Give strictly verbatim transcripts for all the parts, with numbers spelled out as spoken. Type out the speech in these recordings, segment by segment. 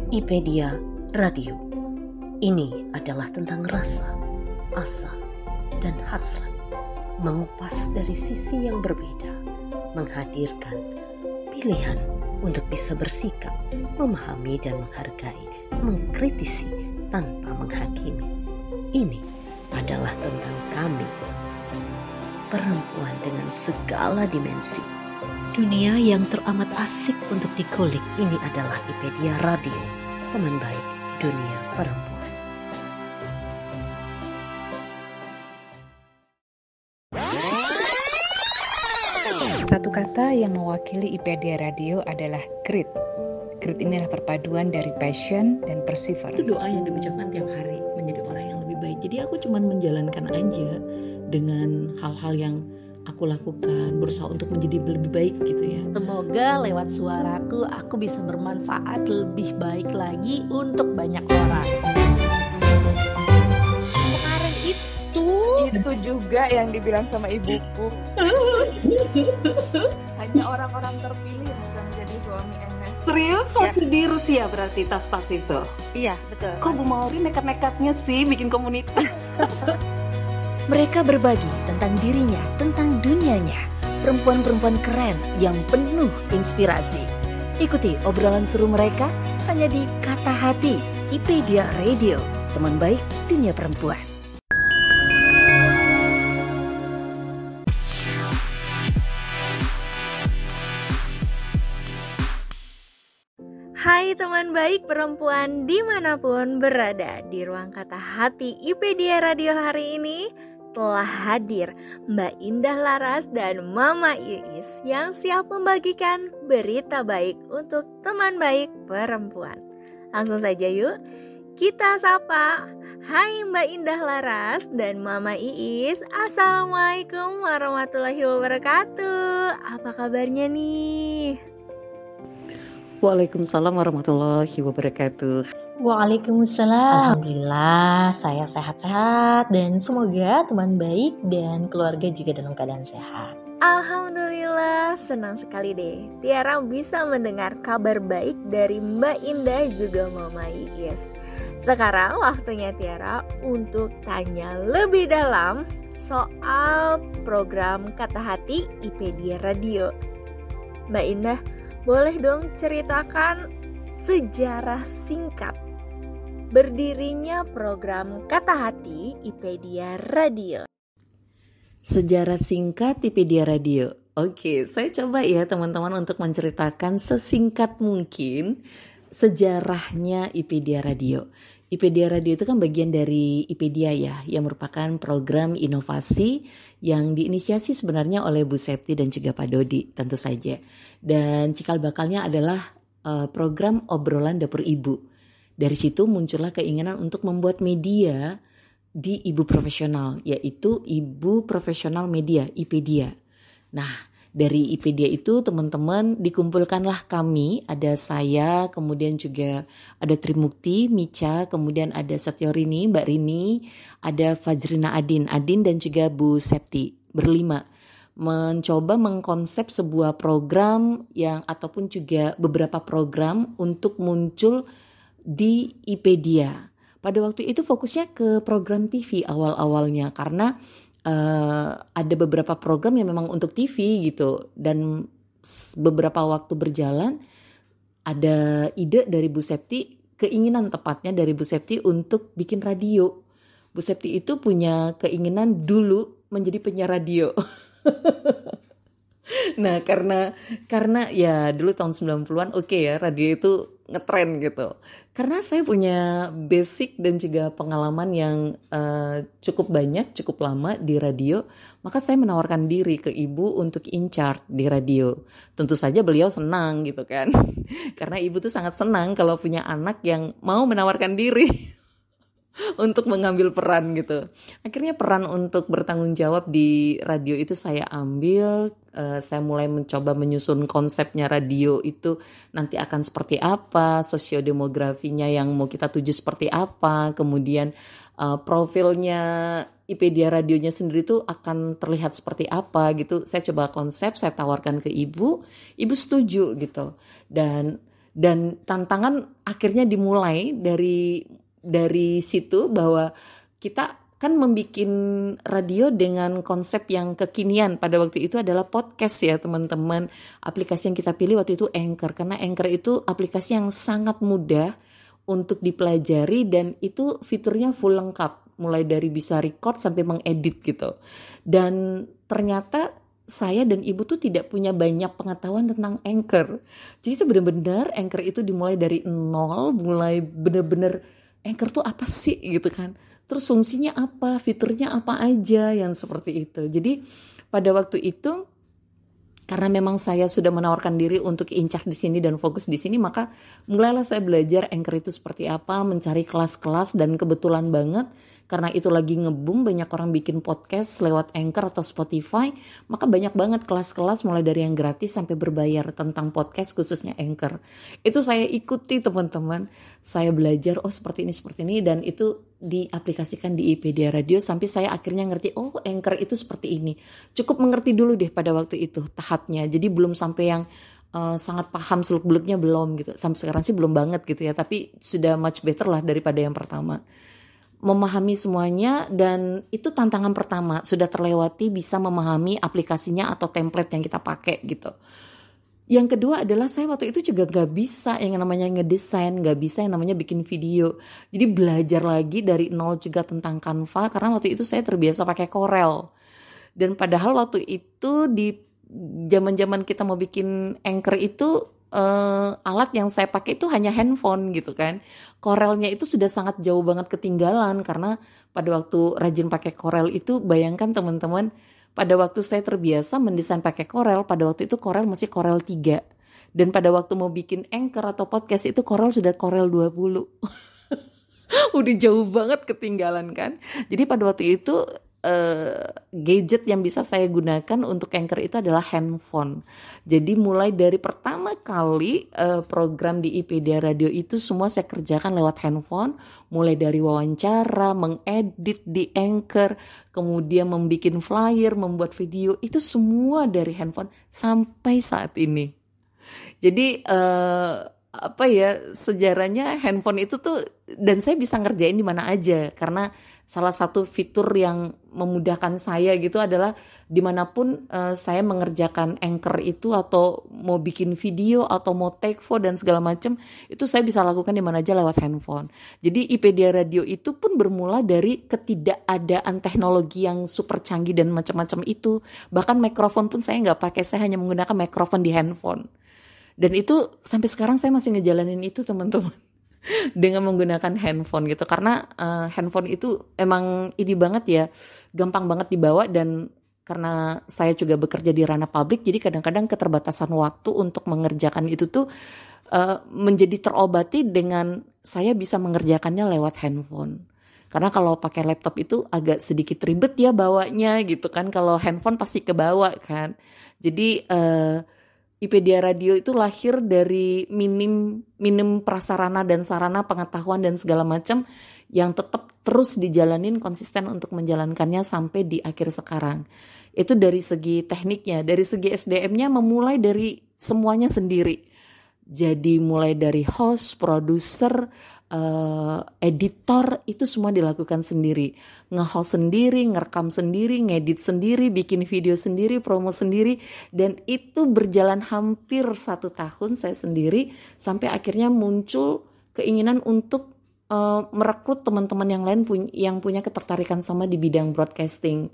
IPedia Radio. Ini adalah tentang rasa, asa, dan hasrat. Mengupas dari sisi yang berbeda, menghadirkan pilihan untuk bisa bersikap, memahami dan menghargai, mengkritisi tanpa menghakimi. Ini adalah tentang kami, perempuan dengan segala dimensi. Dunia yang teramat asik untuk dikulik, ini adalah IPedia Radio, teman baik dunia perempuan. Satu kata yang mewakili IPedia Radio adalah grit. Grit ini adalah perpaduan dari passion dan perseverance. Itu doa yang diucapkan tiap hari, menjadi orang yang lebih baik. Jadi aku cuma menjalankan aja dengan hal-hal yang aku lakukan, berusaha untuk menjadi lebih baik gitu ya. Semoga lewat suaraku aku bisa bermanfaat lebih baik lagi untuk banyak orang. Kemarin itu itu juga yang dibilang sama ibuku. Hanya orang-orang terpilih yang bisa menjadi suami M S. Serius? Waktu ya. Di Rusia berarti tas-tas itu? Iya, betul. Kok Bu Mauri nekat-nekatnya sih bikin komunitas? Mereka berbagi tentang dirinya, tentang dunianya. Perempuan-perempuan keren yang penuh inspirasi. Ikuti obrolan seru mereka hanya di Kata Hati, IPedia Radio, teman baik dunia perempuan. Hai teman baik perempuan dimanapun berada, di ruang Kata Hati IPedia Radio hari ini telah hadir Mbak Indah Laras dan Mama Iis yang siap membagikan berita baik untuk teman baik perempuan. Langsung saja yuk kita sapa. Hai Mbak Indah Laras dan Mama Iis, Assalamualaikum warahmatullahi wabarakatuh. Apa kabarnya nih? Waalaikumsalam warahmatullahi wabarakatuh. Waalaikumsalam. Alhamdulillah saya sehat-sehat dan semoga teman baik dan keluarga juga dalam keadaan sehat. Alhamdulillah, senang sekali deh Tiara bisa mendengar kabar baik dari Mbak Indah juga Mama Iis. Sekarang waktunya Tiara untuk tanya lebih dalam soal program Kata Hati IPedia Radio. Mbak Indah, boleh dong ceritakan sejarah singkat berdirinya program Kata Hati IPedia Radio. Sejarah singkat IPedia Radio. Oke, saya coba ya teman-teman untuk menceritakan sesingkat mungkin sejarahnya IPedia Radio. IPedia Radio itu kan bagian dari IPedia ya, yang merupakan program inovasi yang diinisiasi sebenarnya oleh Bu Septi dan juga Pak Dodi tentu saja. Dan cikal bakalnya adalah uh, program obrolan dapur ibu. Dari situ muncullah keinginan untuk membuat media di ibu profesional, yaitu Ibu Profesional Media, IPedia. Nah, dari IPedia itu teman-teman dikumpulkanlah kami, ada saya, kemudian juga ada Trimukti, Mica, kemudian ada Setiorini, Mbak Rini, ada Fajrina Adin, Adin dan juga Bu Septi, berlima. Mencoba mengkonsep sebuah program yang ataupun juga beberapa program untuk muncul di IPedia. Pada waktu itu fokusnya ke program T V awal-awalnya karena uh, ada beberapa program yang memang untuk T V gitu, dan beberapa waktu berjalan ada ide dari Bu Septi, keinginan tepatnya dari Bu Septi untuk bikin radio. Bu Septi itu punya keinginan dulu menjadi penyiar radio. Nah karena karena ya dulu tahun sembilan puluhan oke okay ya, radio itu ngetren gitu. Karena saya punya basic dan juga pengalaman yang uh, cukup banyak, cukup lama di radio, maka saya menawarkan diri ke ibu untuk in charge di radio. Tentu saja beliau senang gitu kan. Karena ibu tuh sangat senang kalau punya anak yang mau menawarkan diri untuk mengambil peran gitu. Akhirnya peran untuk bertanggung jawab di radio itu saya ambil. Uh, saya mulai mencoba menyusun konsepnya radio itu nanti akan seperti apa, sosiodemografinya yang mau kita tuju seperti apa, kemudian uh, profilnya IPedia radionya sendiri itu akan terlihat seperti apa gitu. Saya coba konsep, saya tawarkan ke ibu, ibu setuju gitu. Dan Dan tantangan akhirnya dimulai dari dari situ bahwa kita kan membuat radio dengan konsep yang kekinian pada waktu itu adalah podcast ya teman-teman. Aplikasi yang kita pilih waktu itu Anchor, karena Anchor itu aplikasi yang sangat mudah untuk dipelajari dan itu fiturnya full lengkap, mulai dari bisa record sampai mengedit gitu. Dan ternyata saya dan ibu tuh tidak punya banyak pengetahuan tentang Anchor. Jadi itu benar-benar Anchor itu dimulai dari nol, mulai benar-benar Anchor tuh apa sih gitu kan. Terus fungsinya apa, fiturnya apa aja yang seperti itu. Jadi pada waktu itu karena memang saya sudah menawarkan diri untuk incak di sini dan fokus di sini, maka mulailah saya belajar Anchor itu seperti apa, mencari kelas-kelas dan kebetulan banget karena itu lagi nge-boom, banyak orang bikin podcast lewat Anchor atau Spotify, maka banyak banget kelas-kelas mulai dari yang gratis sampai berbayar tentang podcast khususnya Anchor. Itu saya ikuti teman-teman, saya belajar oh seperti ini, seperti ini dan itu diaplikasikan di IPedia Radio sampai saya akhirnya ngerti oh Anchor itu seperti ini. Cukup mengerti dulu deh pada waktu itu tahapnya, jadi belum sampai yang uh, sangat paham seluk-beluknya belum gitu. Sampai sekarang sih belum banget gitu ya, tapi sudah much better lah daripada yang pertama. Memahami semuanya dan itu tantangan pertama sudah terlewati, bisa memahami aplikasinya atau template yang kita pakai gitu. Yang kedua adalah saya waktu itu juga gak bisa yang namanya ngedesain, gak bisa yang namanya bikin video. Jadi belajar lagi dari nol juga tentang Canva karena waktu itu saya terbiasa pakai Corel. Dan padahal waktu itu di zaman-zaman kita mau bikin Anchor itu Uh, alat yang saya pakai itu hanya handphone gitu kan. Corelnya itu sudah sangat jauh banget ketinggalan karena pada waktu rajin pakai Corel itu bayangkan teman-teman, pada waktu saya terbiasa mendesain pakai Corel, pada waktu itu Corel masih Corel tiga dan pada waktu mau bikin Anchor atau podcast itu Corel sudah Corel dua puluh. Udah jauh banget ketinggalan kan. Jadi pada waktu itu Uh, gadget yang bisa saya gunakan untuk Anchor itu adalah handphone. Jadi mulai dari pertama kali uh, program di IPedia Radio itu semua saya kerjakan lewat handphone. Mulai dari wawancara, mengedit di Anchor, kemudian membuat flyer, membuat video, itu semua dari handphone sampai saat ini. Jadi uh, apa ya sejarahnya handphone itu tuh, dan saya bisa ngerjain di mana aja karena salah satu fitur yang memudahkan saya gitu adalah dimanapun uh, saya mengerjakan Anchor itu atau mau bikin video atau mau take photo dan segala macam itu saya bisa lakukan di mana aja lewat handphone. Jadi IPedia Radio itu pun bermula dari ketidakadaan teknologi yang super canggih dan macam-macam itu. Bahkan mikrofon pun saya nggak pakai, saya hanya menggunakan mikrofon di handphone. Dan itu sampai sekarang saya masih ngejalanin itu teman-teman. Dengan menggunakan handphone gitu karena uh, handphone itu emang ini banget ya, gampang banget dibawa dan karena saya juga bekerja di ranah publik jadi kadang-kadang keterbatasan waktu untuk mengerjakan itu tuh uh, menjadi terobati dengan saya bisa mengerjakannya lewat handphone. Karena kalau pakai laptop itu agak sedikit ribet ya bawanya gitu kan, kalau handphone pasti kebawa kan. Jadi uh, IPedia Radio itu lahir dari minim minim prasarana dan sarana pengetahuan dan segala macam yang tetap terus dijalanin konsisten untuk menjalankannya sampai di akhir sekarang. Itu dari segi tekniknya, dari segi S D M-nya memulai dari semuanya sendiri. Jadi mulai dari host, produser, uh, editor itu semua dilakukan sendiri. Nge-host sendiri, ngerekam sendiri, ngedit sendiri, bikin video sendiri, promo sendiri. Dan itu berjalan hampir satu tahun saya sendiri sampai akhirnya muncul keinginan untuk uh, merekrut teman-teman yang lain pun- yang punya ketertarikan sama di bidang broadcasting.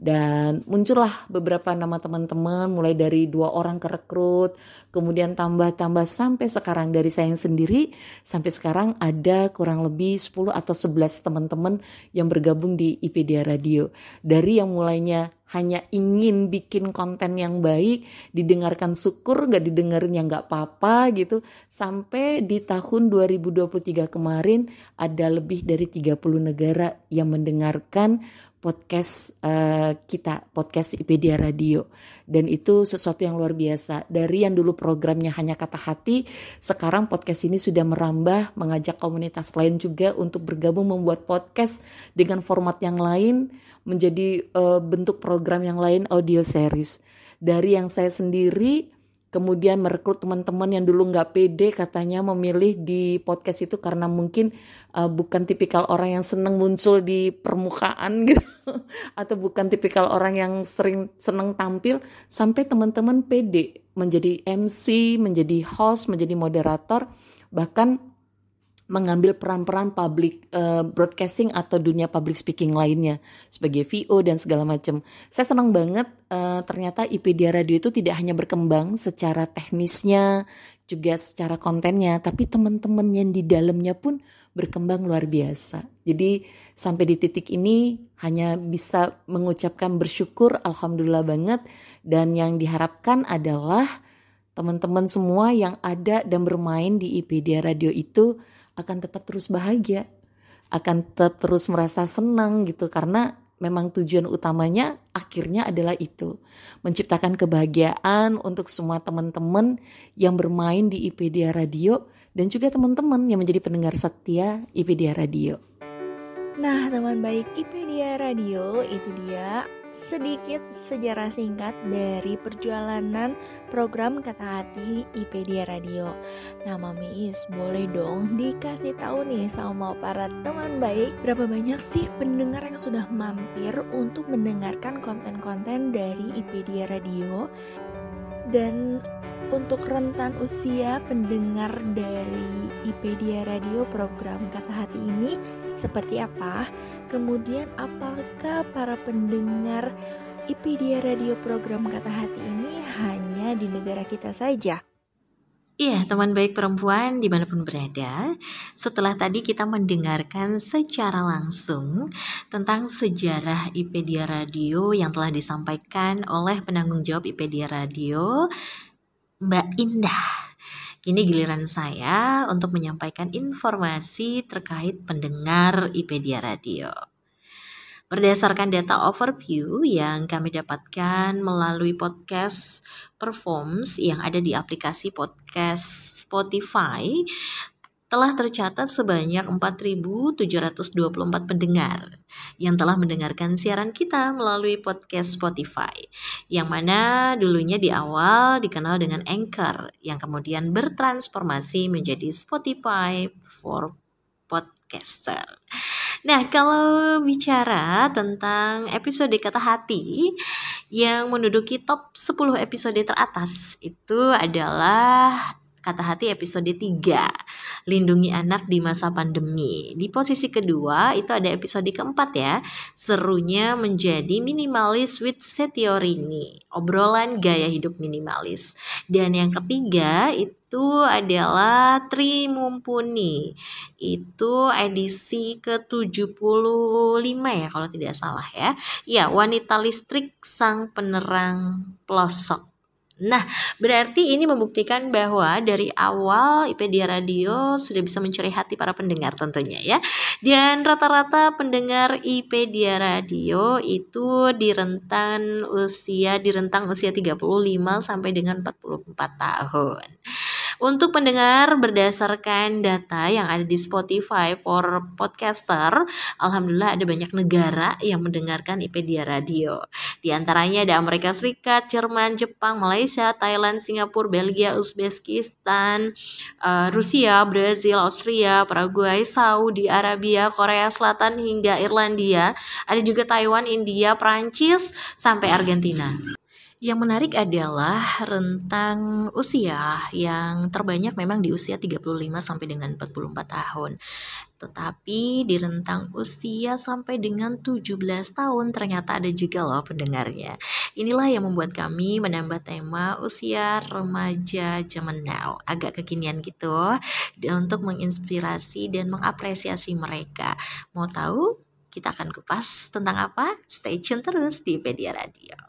Dan muncullah beberapa nama teman-teman mulai dari dua orang ke rekrut, kemudian tambah-tambah sampai sekarang dari saya yang sendiri sampai sekarang ada kurang lebih sepuluh atau sebelas teman-teman yang bergabung di IPedia Radio. Dari yang mulainya hanya ingin bikin konten yang baik, didengarkan syukur, gak didengerin ya gak apa-apa gitu, sampai di tahun dua ribu dua puluh tiga kemarin ada lebih dari tiga puluh negara yang mendengarkan podcast uh, kita, podcast IPedia Radio. Dan itu sesuatu yang luar biasa. Dari yang dulu programnya hanya kata hati, sekarang podcast ini sudah merambah, mengajak komunitas lain juga untuk bergabung membuat podcast dengan format yang lain, menjadi uh, bentuk program yang lain, audio series. Dari yang saya sendiri, kemudian merekrut teman-teman yang dulu nggak pede katanya memilih di podcast itu karena mungkin uh, bukan tipikal orang yang seneng muncul di permukaan gitu atau bukan tipikal orang yang sering seneng tampil, sampai teman-teman pede menjadi M C, menjadi host, menjadi moderator, bahkan mengambil peran-peran public uh, broadcasting atau dunia public speaking lainnya sebagai V O dan segala macam. Saya senang banget uh, ternyata IPedia Radio itu tidak hanya berkembang secara teknisnya, juga secara kontennya, tapi teman-teman yang di dalamnya pun berkembang luar biasa. Jadi sampai di titik ini hanya bisa mengucapkan bersyukur, alhamdulillah banget, dan yang diharapkan adalah teman-teman semua yang ada dan bermain di IPedia Radio itu akan tetap terus bahagia, akan tetap terus merasa senang gitu, karena memang tujuan utamanya akhirnya adalah itu, menciptakan kebahagiaan untuk semua teman-teman yang bermain di IPedia Radio dan juga teman-teman yang menjadi pendengar setia IPedia Radio. Nah, teman baik IPedia Radio, itu dia sedikit sejarah singkat dari perjalanan program Kata Hati IPedia Radio. Nah, Mami Is, boleh dong dikasih tahu nih sama para teman baik, berapa banyak sih pendengar yang sudah mampir untuk mendengarkan konten-konten dari IPedia Radio? Dan untuk rentan usia pendengar dari IPedia Radio program Kata Hati ini seperti apa? Kemudian apakah para pendengar IPedia Radio program Kata Hati ini hanya di negara kita saja? Iya, teman baik perempuan dimanapun berada, setelah tadi kita mendengarkan secara langsung tentang sejarah IPedia Radio yang telah disampaikan oleh penanggung jawab IPedia Radio, Mbak Indah. Kini giliran saya untuk menyampaikan informasi terkait pendengar IPedia Radio. Berdasarkan data overview yang kami dapatkan melalui podcast Performs yang ada di aplikasi podcast Spotify, telah tercatat sebanyak empat ribu tujuh ratus dua puluh empat pendengar yang telah mendengarkan siaran kita melalui podcast Spotify, yang mana dulunya di awal dikenal dengan Anchor, yang kemudian bertransformasi menjadi Spotify for Podcaster. Nah, kalau bicara tentang episode Kata Hati yang menduduki top sepuluh episode teratas, itu adalah Kata Hati episode tiga, Lindungi Anak di Masa Pandemi. Di posisi kedua itu ada episode keempat ya, Serunya Menjadi Minimalis with Setiorini, obrolan gaya hidup minimalis. Dan yang ketiga itu adalah Tri Mumpuni, itu edisi ke tujuh puluh lima ya kalau tidak salah ya. Ya, Wanita Listrik Sang Penerang Pelosok. Nah, berarti ini membuktikan bahwa dari awal IPedia Radio sudah bisa mencuri hati para pendengar tentunya ya. Dan rata-rata pendengar IPedia Radio itu di rentang usia di rentang usia tiga puluh lima sampai dengan empat puluh empat tahun. Untuk pendengar berdasarkan data yang ada di Spotify for Podcaster, alhamdulillah ada banyak negara yang mendengarkan IPedia Radio. Di antaranya ada Amerika Serikat, Jerman, Jepang, Malaysia, Thailand, Singapura, Belgia, Uzbekistan, uh, Rusia, Brazil, Austria, Paraguay, Saudi Arabia, Korea Selatan hingga Irlandia. Ada juga Taiwan, India, Prancis, sampai Argentina. Yang menarik adalah rentang usia yang terbanyak memang di usia tiga puluh lima sampai dengan empat puluh empat tahun. Tetapi di rentang usia sampai dengan tujuh belas tahun ternyata ada juga loh pendengarnya. Inilah yang membuat kami menambah tema usia remaja zaman now. Agak kekinian gitu untuk menginspirasi dan mengapresiasi mereka. Mau tahu kita akan kupas tentang apa? Stay tune terus di IPedia Radio.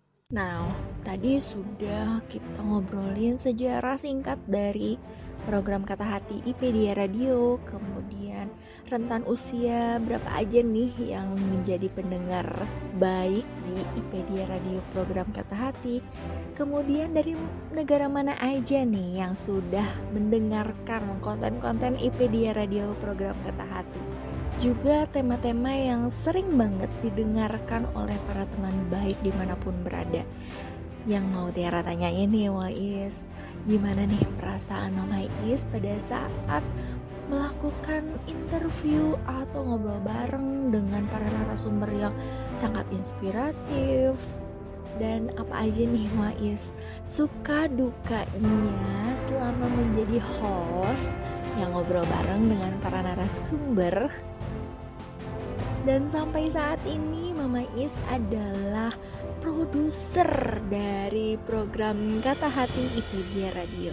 Nah, tadi sudah kita ngobrolin sejarah singkat dari program Kata Hati IPedia Radio, kemudian rentan usia berapa aja nih yang menjadi pendengar baik di IPedia Radio program Kata Hati, kemudian dari negara mana aja nih yang sudah mendengarkan konten-konten IPedia Radio program Kata Hati. Juga tema-tema yang sering banget didengarkan oleh para teman baik dimanapun berada. Yang mau Tiara tanyain nih Mama Is, gimana nih perasaan Mama Is pada saat melakukan interview atau ngobrol bareng dengan para narasumber yang sangat inspiratif? Dan apa aja nih Mama Is suka dukanya selama menjadi host yang ngobrol bareng dengan para narasumber? Dan sampai saat ini Mama Is adalah produser dari program Kata Hati Ipedia Radio.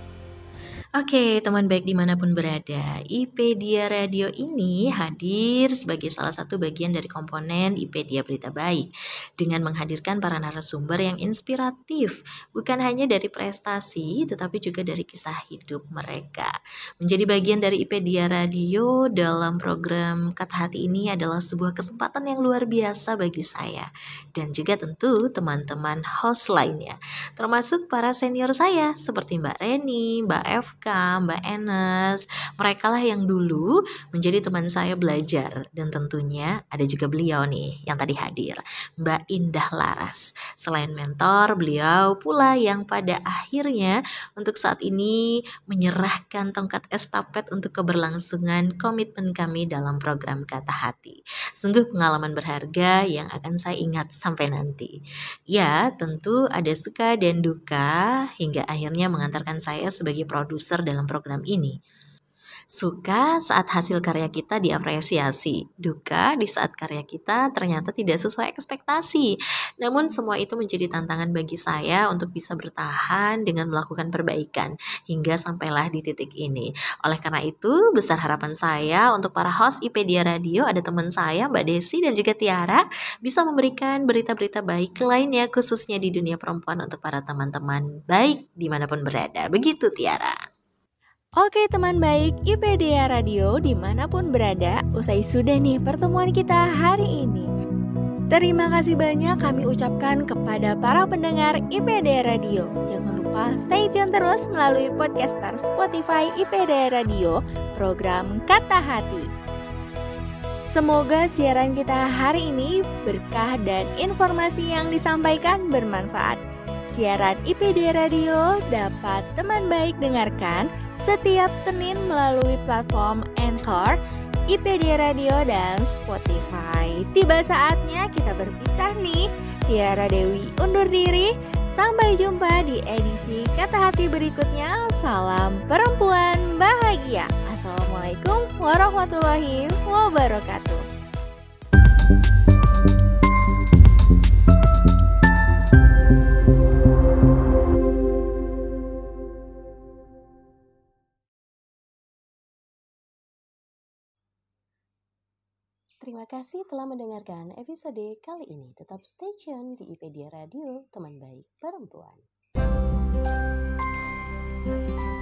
Oke, teman baik dimanapun berada, Ipedia Radio ini hadir sebagai salah satu bagian dari komponen Ipedia Berita Baik dengan menghadirkan para narasumber yang inspiratif, bukan hanya dari prestasi tetapi juga dari kisah hidup mereka. Menjadi bagian dari Ipedia Radio dalam program Kata Hati ini adalah sebuah kesempatan yang luar biasa bagi saya dan juga tentu teman-teman host lainnya, termasuk para senior saya seperti Mbak Reni, Mbak F Mbak Enes, mereka lah yang dulu menjadi teman saya belajar. Dan tentunya ada juga beliau nih yang tadi hadir, Mbak Indah Laras. Selain mentor, beliau pula yang pada akhirnya untuk saat ini menyerahkan tongkat estafet untuk keberlangsungan komitmen kami dalam program Kata Hati. Sungguh pengalaman berharga yang akan saya ingat sampai nanti. Ya, tentu ada suka dan duka hingga akhirnya mengantarkan saya sebagai produser dalam program ini. Suka saat hasil karya kita diapresiasi, duka di saat karya kita ternyata tidak sesuai ekspektasi. Namun semua itu menjadi tantangan bagi saya untuk bisa bertahan dengan melakukan perbaikan hingga sampailah di titik ini. Oleh karena itu, besar harapan saya untuk para host Ipedia Radio, ada teman saya Mbak Desi dan juga Tiara, bisa memberikan berita-berita baik lainnya khususnya di dunia perempuan untuk para teman-teman baik dimanapun berada. Begitu Tiara. Oke teman baik Ipedia Radio dimanapun berada, usai sudah nih pertemuan kita hari ini. Terima kasih banyak kami ucapkan kepada para pendengar Ipedia Radio. Jangan lupa stay tune terus melalui podcaster Spotify Ipedia Radio, program Kata Hati. Semoga siaran kita hari ini berkah dan informasi yang disampaikan bermanfaat. Siaran Ipedia Radio dapat teman baik dengarkan setiap Senin melalui platform Anchor, Ipedia Radio, dan Spotify. Tiba saatnya kita berpisah nih. Tiara Dewi undur diri. Sampai jumpa di edisi Kata Hati berikutnya. Salam perempuan bahagia. Assalamualaikum warahmatullahi wabarakatuh. Terima kasih telah mendengarkan episode kali ini. Tetap stay tune di Ipedia Radio, teman baik perempuan.